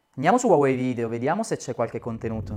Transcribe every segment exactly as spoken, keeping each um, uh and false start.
Andiamo su Huawei Video, vediamo se c'è qualche contenuto.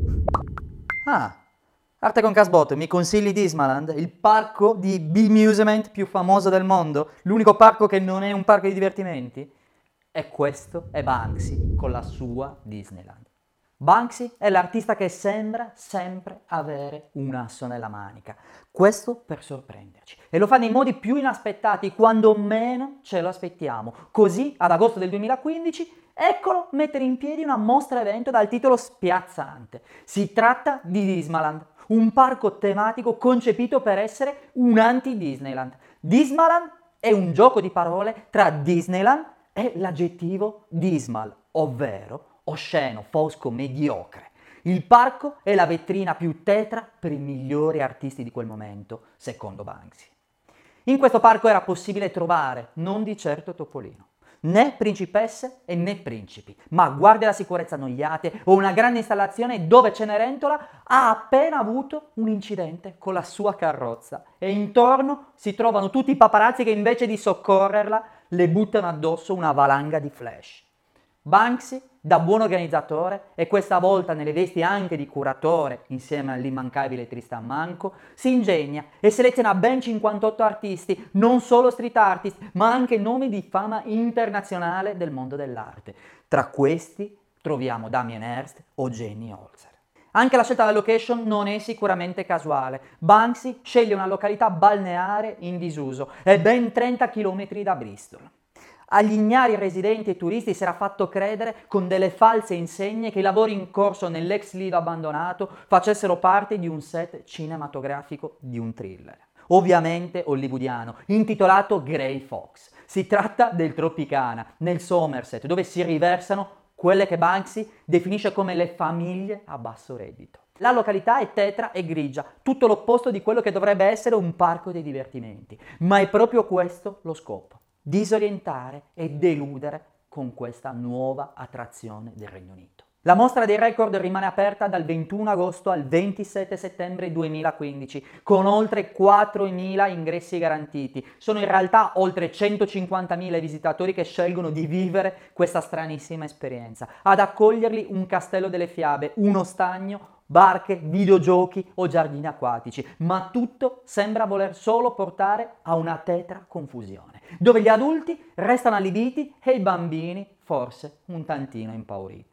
Ah, Arte con Casbot, mi consigli Dismaland, il parco di B-Musement più famoso del mondo? L'unico parco che non è un parco di divertimenti? E questo è Banksy con la sua Disneyland. Banksy è l'artista che sembra sempre avere un asso nella manica. Questo per sorprenderci. E lo fa nei modi più inaspettati, quando meno ce lo aspettiamo. Così, ad agosto del duemilaquindici, eccolo mettere in piedi una mostra evento dal titolo spiazzante. Si tratta di Dismaland, un parco tematico concepito per essere un anti-Disneyland. Dismaland è un gioco di parole tra Disneyland e l'aggettivo dismal, ovvero osceno, fosco, mediocre. Il parco è la vetrina più tetra per i migliori artisti di quel momento, secondo Banksy. In questo parco era possibile trovare, non di certo Topolino, né principesse e né principi, ma guardie della sicurezza annoiate o una grande installazione dove Cenerentola ha appena avuto un incidente con la sua carrozza e intorno si trovano tutti i paparazzi che invece di soccorrerla le buttano addosso una valanga di flash. Banksy, da buon organizzatore, e questa volta nelle vesti anche di curatore, insieme all'immancabile Tristan Manco, si ingegna e seleziona ben cinquantotto artisti, non solo street artist, ma anche nomi di fama internazionale del mondo dell'arte. Tra questi troviamo Damien Hirst o Jenny Holzer. Anche la scelta della location non è sicuramente casuale. Banksy sceglie una località balneare in disuso, è ben trenta chilometri da Bristol. Agli ignari residenti e turisti si era fatto credere con delle false insegne che i lavori in corso nell'ex lido abbandonato facessero parte di un set cinematografico di un thriller, ovviamente hollywoodiano, intitolato Grey Fox. Si tratta del Tropicana, nel Somerset, dove si riversano quelle che Banksy definisce come le famiglie a basso reddito. La località è tetra e grigia, tutto l'opposto di quello che dovrebbe essere un parco dei divertimenti, ma è proprio questo lo scopo: disorientare e deludere con questa nuova attrazione del Regno Unito. La mostra dei record rimane aperta dal ventuno agosto al ventisette settembre duemilaquindici, con oltre quattromila ingressi garantiti. Sono in realtà oltre centocinquantamila visitatori che scelgono di vivere questa stranissima esperienza. Ad accoglierli un castello delle fiabe, uno stagno, barche, videogiochi o giardini acquatici, ma tutto sembra voler solo portare a una tetra confusione, dove gli adulti restano allibiti e i bambini forse un tantino impauriti.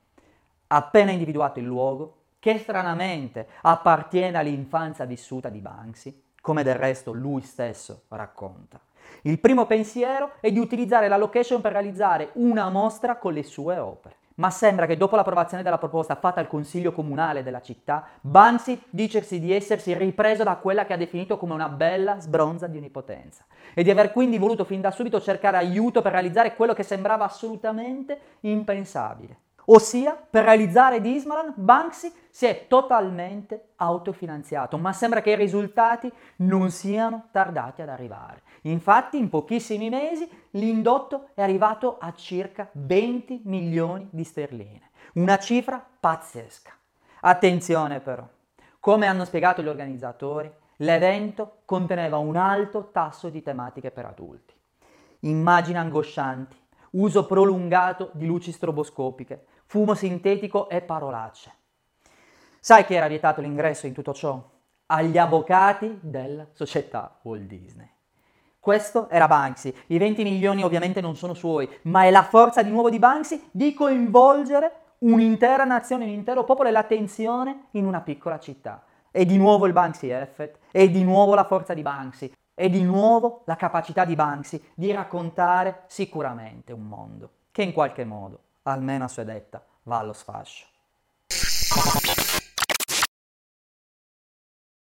Appena individuato il luogo, che stranamente appartiene all'infanzia vissuta di Banksy, come del resto lui stesso racconta, il primo pensiero è di utilizzare la location per realizzare una mostra con le sue opere. Ma sembra che dopo l'approvazione della proposta fatta al consiglio comunale della città, Banksy dicersi di essersi ripreso da quella che ha definito come una bella sbronza di onnipotenza e di aver quindi voluto fin da subito cercare aiuto per realizzare quello che sembrava assolutamente impensabile. Ossia, per realizzare Dismaland, Banksy si è totalmente autofinanziato, ma sembra che i risultati non siano tardati ad arrivare. Infatti, in pochissimi mesi, l'indotto è arrivato a circa venti milioni di sterline, una cifra pazzesca. Attenzione però, come hanno spiegato gli organizzatori, l'evento conteneva un alto tasso di tematiche per adulti. Immagini angoscianti, uso prolungato di luci stroboscopiche, fumo sintetico e parolacce. Sai chi era vietato l'ingresso in tutto ciò? Agli avvocati della società Walt Disney. Questo era Banksy. I venti milioni ovviamente non sono suoi, ma è la forza di nuovo di Banksy di coinvolgere un'intera nazione, un intero popolo e l'attenzione in una piccola città. E di nuovo il Banksy Effect, e di nuovo la forza di Banksy, e di nuovo la capacità di Banksy di raccontare sicuramente un mondo che in qualche modo, almeno a sua detta, va allo sfascio.